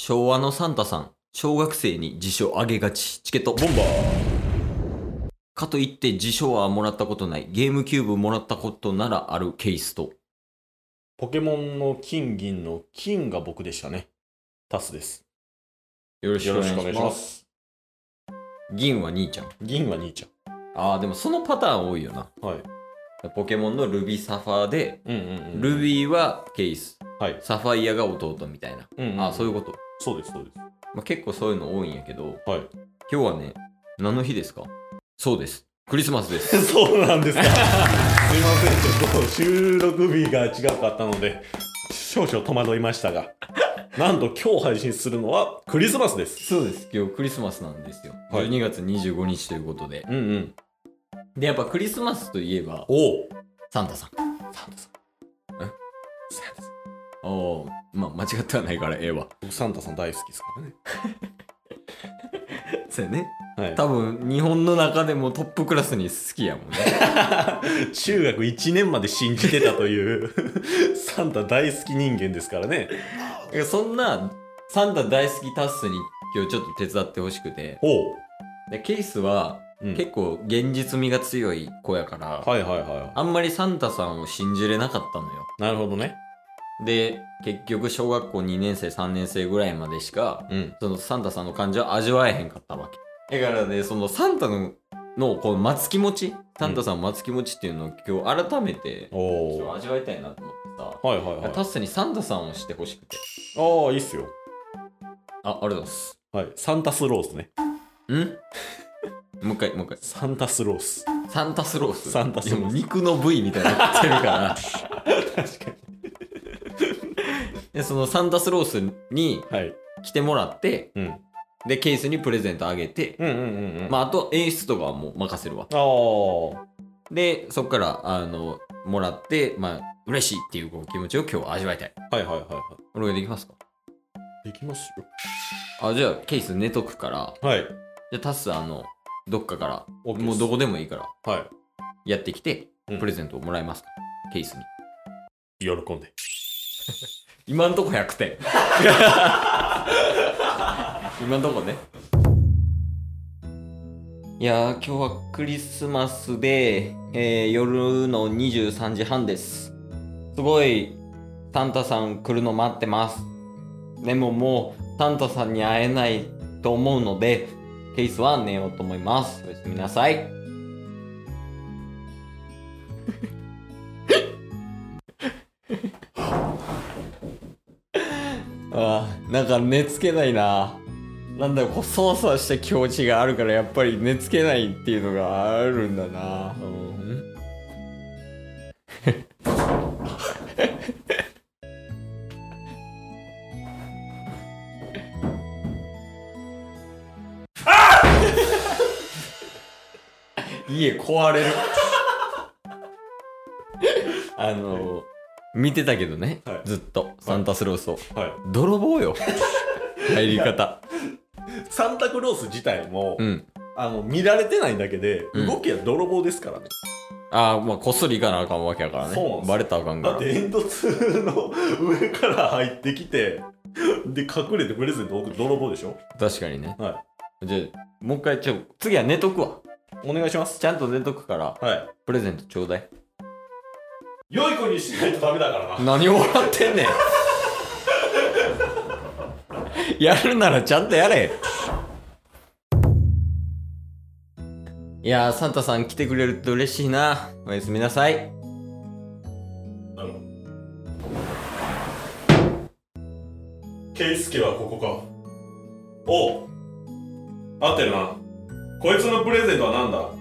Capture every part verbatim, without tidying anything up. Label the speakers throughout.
Speaker 1: 昭和のサンタさん、小学生に辞書あげがち。チケットボンバー。かといって辞書はもらったことない。ゲームキューブもらったことならあるケースと。
Speaker 2: ポケモンの金銀の金が僕でしたね。タスです。
Speaker 1: よろしくお願いします。
Speaker 2: よろしくお願いします。
Speaker 1: 銀は兄ちゃん。
Speaker 2: 銀は兄ち
Speaker 1: ああ、でもそのパターン多いよな。
Speaker 2: ゃん。はい。
Speaker 1: ポケモンのルビーサファーで、
Speaker 2: うんうんうん。
Speaker 1: ルビーはケース。
Speaker 2: はい。
Speaker 1: サファイアが弟みたいな。
Speaker 2: うんうんうん、
Speaker 1: ああ、そういうこと。
Speaker 2: そうです、そうです。
Speaker 1: まあ、結構そういうの多いんやけど、
Speaker 2: はい。
Speaker 1: 今日はね、何の日ですか？そうです。クリスマスです。
Speaker 2: そうなんですか。すいません、ちょっと収録日が違かったので、少々戸惑いましたが、なんと今日配信するのはクリスマスです。
Speaker 1: そうです。今日クリスマスなんですよ。
Speaker 2: はい、
Speaker 1: じゅうにがつにじゅうごにちということで。
Speaker 2: うんうん。
Speaker 1: で、やっぱクリスマスといえば、
Speaker 2: お
Speaker 1: サンタさん。
Speaker 2: サンタさん。
Speaker 1: え
Speaker 2: サンタさん。
Speaker 1: おー、まあ間違ってはないからええわ。
Speaker 2: 僕サンタさん大好きですからね。
Speaker 1: そうやね。
Speaker 2: はい。
Speaker 1: 多分日本の中でもトップクラスに好きやもんね。
Speaker 2: 中学いちねんまで信じてたというサンタ大好き人間ですからね。
Speaker 1: そんなサンタ大好きタッスに今日ちょっと手伝ってほしくて。
Speaker 2: おう。
Speaker 1: でケースは、うん、結構現実味が強い子やから、
Speaker 2: はいはいはい。
Speaker 1: あんまりサンタさんを信じれなかったのよ。
Speaker 2: なるほどね。で、
Speaker 1: 結局小学校にねんせいさんねんせいぐらいまでしか、
Speaker 2: うん、
Speaker 1: そのサンタさんの感情を味わえへんかったわけ。だからね、そのサンタののこう待つ気持ち、サンタさんを待つ気持ちっていうのを今日改めて、うん、味わいたいなと思ってさ、
Speaker 2: はいはいはい、
Speaker 1: タッスにサンタさんをしてほしくて。
Speaker 2: ああ、いいっすよ。
Speaker 1: あ、ありがとうございます。
Speaker 2: はい、サンタスロースね。
Speaker 1: んもう一回、もう一回。
Speaker 2: サンタスロース。
Speaker 1: サンタスロース。
Speaker 2: サンタスロース。
Speaker 1: 肉の部位みたいになってるから。
Speaker 2: 確かに。
Speaker 1: で、そのサンタスロースに来てもらって、
Speaker 2: はい、うん、
Speaker 1: で、ケースにプレゼントあげて、
Speaker 2: うんうんうんうん、ま
Speaker 1: あ、あと演出とかはもう任せるわ。
Speaker 2: あ
Speaker 1: で、そっから、あの、もらって、まあ、嬉しいっていうこう気持ちを今日味わいたい。
Speaker 2: はいはいはいはい。
Speaker 1: お願いできますか？
Speaker 2: できますよ。
Speaker 1: あ、じゃあ、ケース寝とくから、
Speaker 2: はい。
Speaker 1: じゃあ、タス、あの、どっかから、
Speaker 2: OK、
Speaker 1: もうどこでもいいから、
Speaker 2: はい。
Speaker 1: やってきて、
Speaker 2: うん、
Speaker 1: プレゼントをもらえますか？ケースに。
Speaker 2: 喜んで。
Speaker 1: 今んとこひゃくてん。今んとこね。いやー、今日はクリスマスで、えー、夜のにじゅうさんじはんです。すごい、サンタさん来るの待ってます。でももう、サンタさんに会えないと思うので、ケースは寝ようと思います。おやすみなさい。ああ、なんか寝つけないな。なんだろう、こう、そわそわした気持ちがあるから、やっぱり寝つけないっていうのがあるんだな。うん。家壊れる。あの、見てたけどね、はい、ずっとサンタスロースを、はい、泥棒よ。入り方。
Speaker 2: サンタクロース自体も、
Speaker 1: うん、
Speaker 2: あの見られてないだけで、うん、動きは泥棒ですからね。
Speaker 1: ああ、まあこっそり行かなあかんわけやからね。そうなんです。バレたらあかんから。
Speaker 2: だって煙突の上から入ってきて、で隠れてプレゼント置く泥棒でしょ。
Speaker 1: 確かにね。
Speaker 2: はい。
Speaker 1: じゃあもう一回ちょ次は寝とくわ。
Speaker 2: お願いします。
Speaker 1: ちゃんと寝とくから、
Speaker 2: はい、
Speaker 1: プレゼントちょうだい。
Speaker 2: 良い子にしないとダメだからな。
Speaker 1: 何を笑ってんねん。やるならちゃんとやれ。いやー、サンタさん来てくれると嬉しいな。おやすみなさい。
Speaker 2: なるほど。ケイスケはここか。おう、合ってるな。こいつのプレゼントは何だ？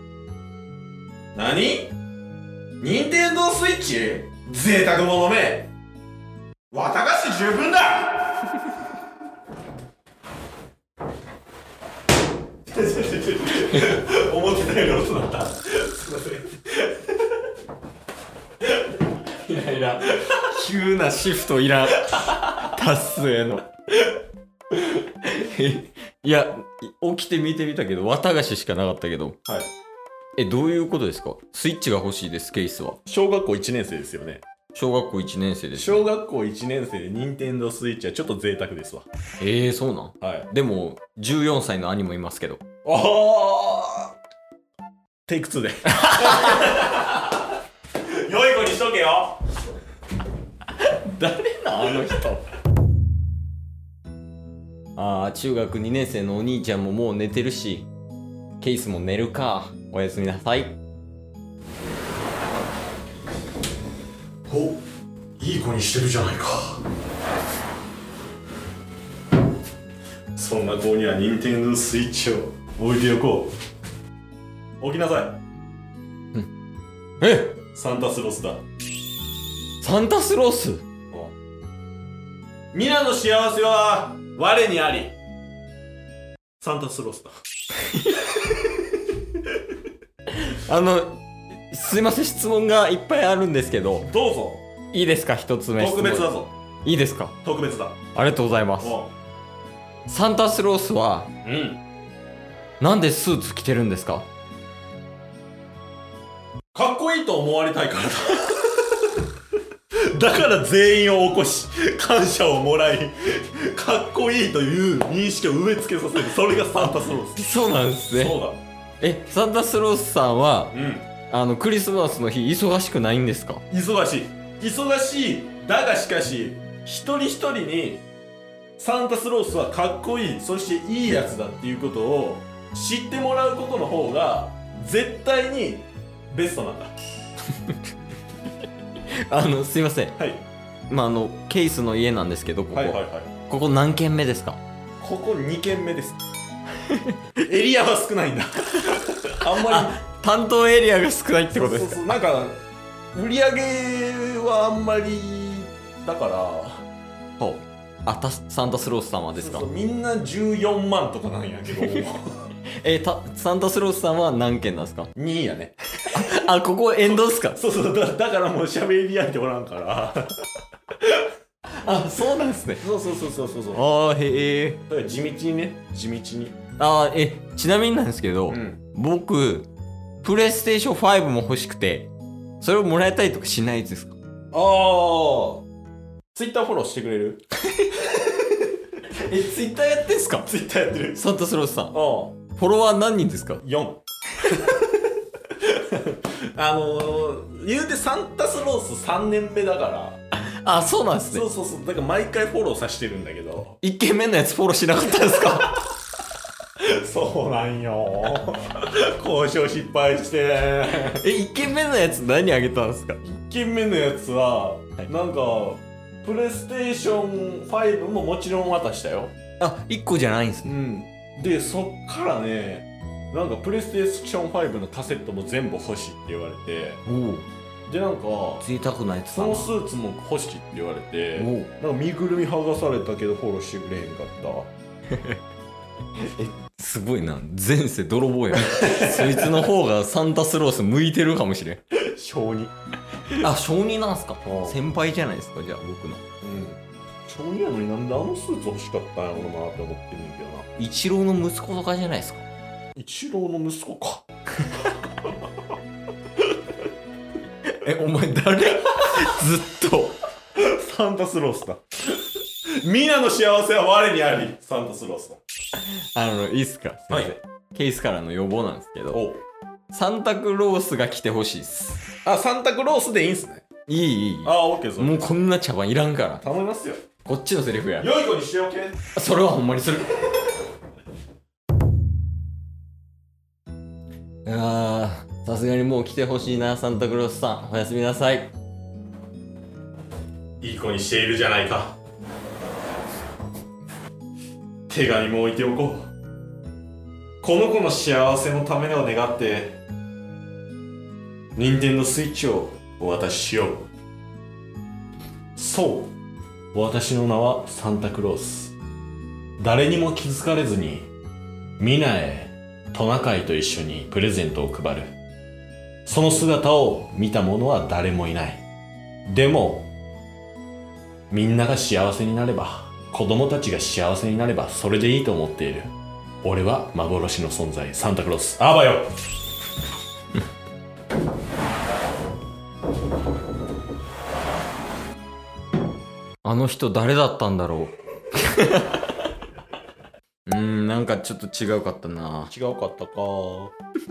Speaker 2: 何？任天堂スイッチ？贅沢者め。綿菓子十分だ。思ってないのとなった。すいません。
Speaker 1: いらいら。急なシフトいらん。タスへの。いや、起きて見てみたけど、綿菓子しかなかったけど。
Speaker 2: はい。
Speaker 1: え、どういうことですか？スイッチが欲しいです、ケースは。
Speaker 2: 小学校いちねんせいですよね。
Speaker 1: 小学校いちねん生です。
Speaker 2: 小学校いちねん生で任天堂スイッチはちょっと贅沢ですわ。
Speaker 1: えー、そうなん。
Speaker 2: はい。
Speaker 1: でもじゅうよんさいの兄もいますけど。
Speaker 2: おーテイクツーで。良い子にしとけよ。
Speaker 1: 誰なあの人。ああ、中学にねん生のお兄ちゃんももう寝てるし、ケイスも寝るか。おやすみなさい。
Speaker 2: お、いい子にしてるじゃないか。そんな子には任天堂スイッチを置いておこう。起きなさい。
Speaker 1: うん。え、
Speaker 2: サンタスロスだ。
Speaker 1: サンタスロース。
Speaker 2: 皆の幸せは我にあり。サンタスロスだ。
Speaker 1: あの、すいません、質問がいっぱいあるんですけど、
Speaker 2: どうぞ。
Speaker 1: いいですか、一つ目。
Speaker 2: 特別だぞ。
Speaker 1: いいですか。
Speaker 2: 特別だ。
Speaker 1: ありがとうございます。
Speaker 2: お
Speaker 1: サンタスロースは
Speaker 2: う。うん。
Speaker 1: なんでスーツ着てるんですか。
Speaker 2: かっこいいと思われたいからだ。だから全員を起こし、感謝をもらい、かっこいいという認識を植え付けさせる。それがサンタスロース。
Speaker 1: そうなんですね。
Speaker 2: そうだ。
Speaker 1: え、サンタスロースさんは、
Speaker 2: うん。
Speaker 1: あの、クリスマスの日忙しくないんですか。
Speaker 2: 忙しい。忙しい。だがしかし、一人一人に、サンタスロースはかっこいい、そしていいやつだっていうことを知ってもらうことの方が、絶対にベストなんだ。
Speaker 1: あの、すいません。
Speaker 2: はい。
Speaker 1: まあ、あの、ケースの家なんですけど、ここ。
Speaker 2: はいはいはい。
Speaker 1: ここ何軒目ですか。
Speaker 2: ここにけんめです。エリアは少ないんだ。あんまり。
Speaker 1: 担当エリアが少ないってことですか。
Speaker 2: そうそうそう、なんか売り上げはあんまりだから。
Speaker 1: ほう。あたサンタスロースさんはですか。
Speaker 2: そうそう、みんなじゅうよんまんとかなんやけど。
Speaker 1: えたサンタスロースさんは何件なんですか。
Speaker 2: にやね。
Speaker 1: あ、ここエンドですか。
Speaker 2: そうそう、だだからもう喋り合っておらんから。
Speaker 1: あ、そうなんですね。
Speaker 2: そうそうそうそうそうそう。
Speaker 1: あー、へえ。
Speaker 2: だから地道にね、地道に。
Speaker 1: あー、えちなみになんですけど、
Speaker 2: うん、
Speaker 1: 僕プレイステーションファイブも欲しくて、それをもらえたりとかしないですか。
Speaker 2: ああ、ツイッターフォローしてくれる？
Speaker 1: え、ツイッターやってんすか。
Speaker 2: ツイッターやってる。
Speaker 1: サンタスロースさん。
Speaker 2: ああ、
Speaker 1: フォロワー何人ですか。
Speaker 2: よん。あのー、言うてサンタスロースさんねんめだから。
Speaker 1: あ、そうなんですね。
Speaker 2: そうそうそう、だから毎回フォローさせてるんだけど。
Speaker 1: いっけんめのやつフォローしなかったですか。
Speaker 2: そうなんよ。交渉失敗して。
Speaker 1: え、いっけんめのやつ何あげたんですか。
Speaker 2: いっけんめのやつは、
Speaker 1: はい、
Speaker 2: なんかプレイステーションファイブももちろん渡したよ。
Speaker 1: あ、いっこじゃないんですね。
Speaker 2: うん。で、そっからね、なんかプレイステーションファイブのカセットも全部欲しいって言われて、
Speaker 1: おお。
Speaker 2: で、なんか
Speaker 1: 贅沢なやつ
Speaker 2: そ
Speaker 1: だな。
Speaker 2: のスーツも欲しいって言われて、
Speaker 1: おお。
Speaker 2: なんか身ぐるみ剥がされたけどフォローしてくれへんかったわ。
Speaker 1: え、すごいな。前世泥棒やん。そいつの方がサンタスロース向いてるかもしれん。
Speaker 2: 小児。
Speaker 1: あ、小児なんすか。
Speaker 2: ああ、
Speaker 1: 先輩じゃないですか、じゃあ僕の。
Speaker 2: うん。小児やのになんであのスーツ欲しかったんやろうなって思ってんねんけどな。
Speaker 1: イチローの息子とかじゃないですか。
Speaker 2: イチローの息子か。
Speaker 1: え、お前誰。ずっと
Speaker 2: サンタスロースだ。皆の幸せは我にあり。サンタスロースだ。
Speaker 1: あの、いいっすか。すいません。
Speaker 2: はい、
Speaker 1: ケースからの要望なんですけど、
Speaker 2: お
Speaker 1: サンタクロースが来てほしいっす。
Speaker 2: あ、サンタクロースでいいんすね。
Speaker 1: いいいい。
Speaker 2: あ、オッケーぞ。
Speaker 1: もうこんな茶番いらんから。
Speaker 2: 頼みますよ。
Speaker 1: こっちのセリフや。
Speaker 2: 良い子にしておけ。
Speaker 1: それはほんまにする。あー、さすがにもう来てほしいな、サンタクロースさん。おやすみなさい。
Speaker 2: いい子にしているじゃないか。手紙も置いておこう。この子の幸せのためを願って任天堂スイッチをお渡ししよう。そう、私の名はサンタクロース。誰にも気づかれずに皆へトナカイと一緒にプレゼントを配る。その姿を見た者は誰もいない。でもみんなが幸せになれば、子供たちが幸せになればそれでいいと思っている。俺は幻の存在、サンタクロース。あばよ。
Speaker 1: の人誰だったんだろううーん、なんかちょっと違うかったな。
Speaker 2: 違うかったか。
Speaker 1: も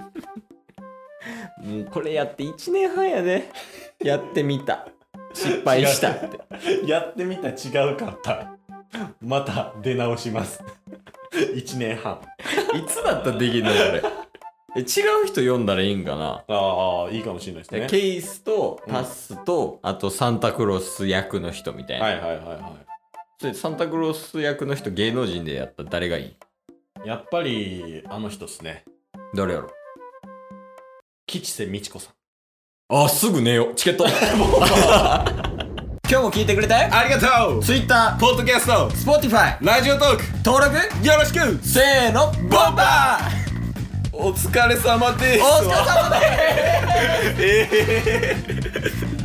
Speaker 1: うこれやっていちねんはんやで。やってみた。失敗したって。
Speaker 2: やってみた違うかった。また出直します。いちねんはん。
Speaker 1: いつだったらできんのこれ。え、違う人読んだらいいんかな。
Speaker 2: ああ、いいかもしれないですね。
Speaker 1: ケイスとタスと、うん、あとサンタクロース役の人みたいな。
Speaker 2: はいはいはいはい。
Speaker 1: それサンタクロース役の人芸能人でやったら誰がいい？
Speaker 2: やっぱりあの人っすね。
Speaker 1: 誰やろ？
Speaker 2: 吉瀬美智子さん。
Speaker 1: あ、すぐ寝よう。チケット。今日も聞いてくれて
Speaker 2: ありがとう。
Speaker 1: Twitter、
Speaker 2: ポッドキャスト、
Speaker 1: Spotify、
Speaker 2: ラジオトーク
Speaker 1: 登録
Speaker 2: よろしく。
Speaker 1: せーの、ボンバー。
Speaker 2: お疲れ様です。
Speaker 1: お疲れ様です。
Speaker 2: えー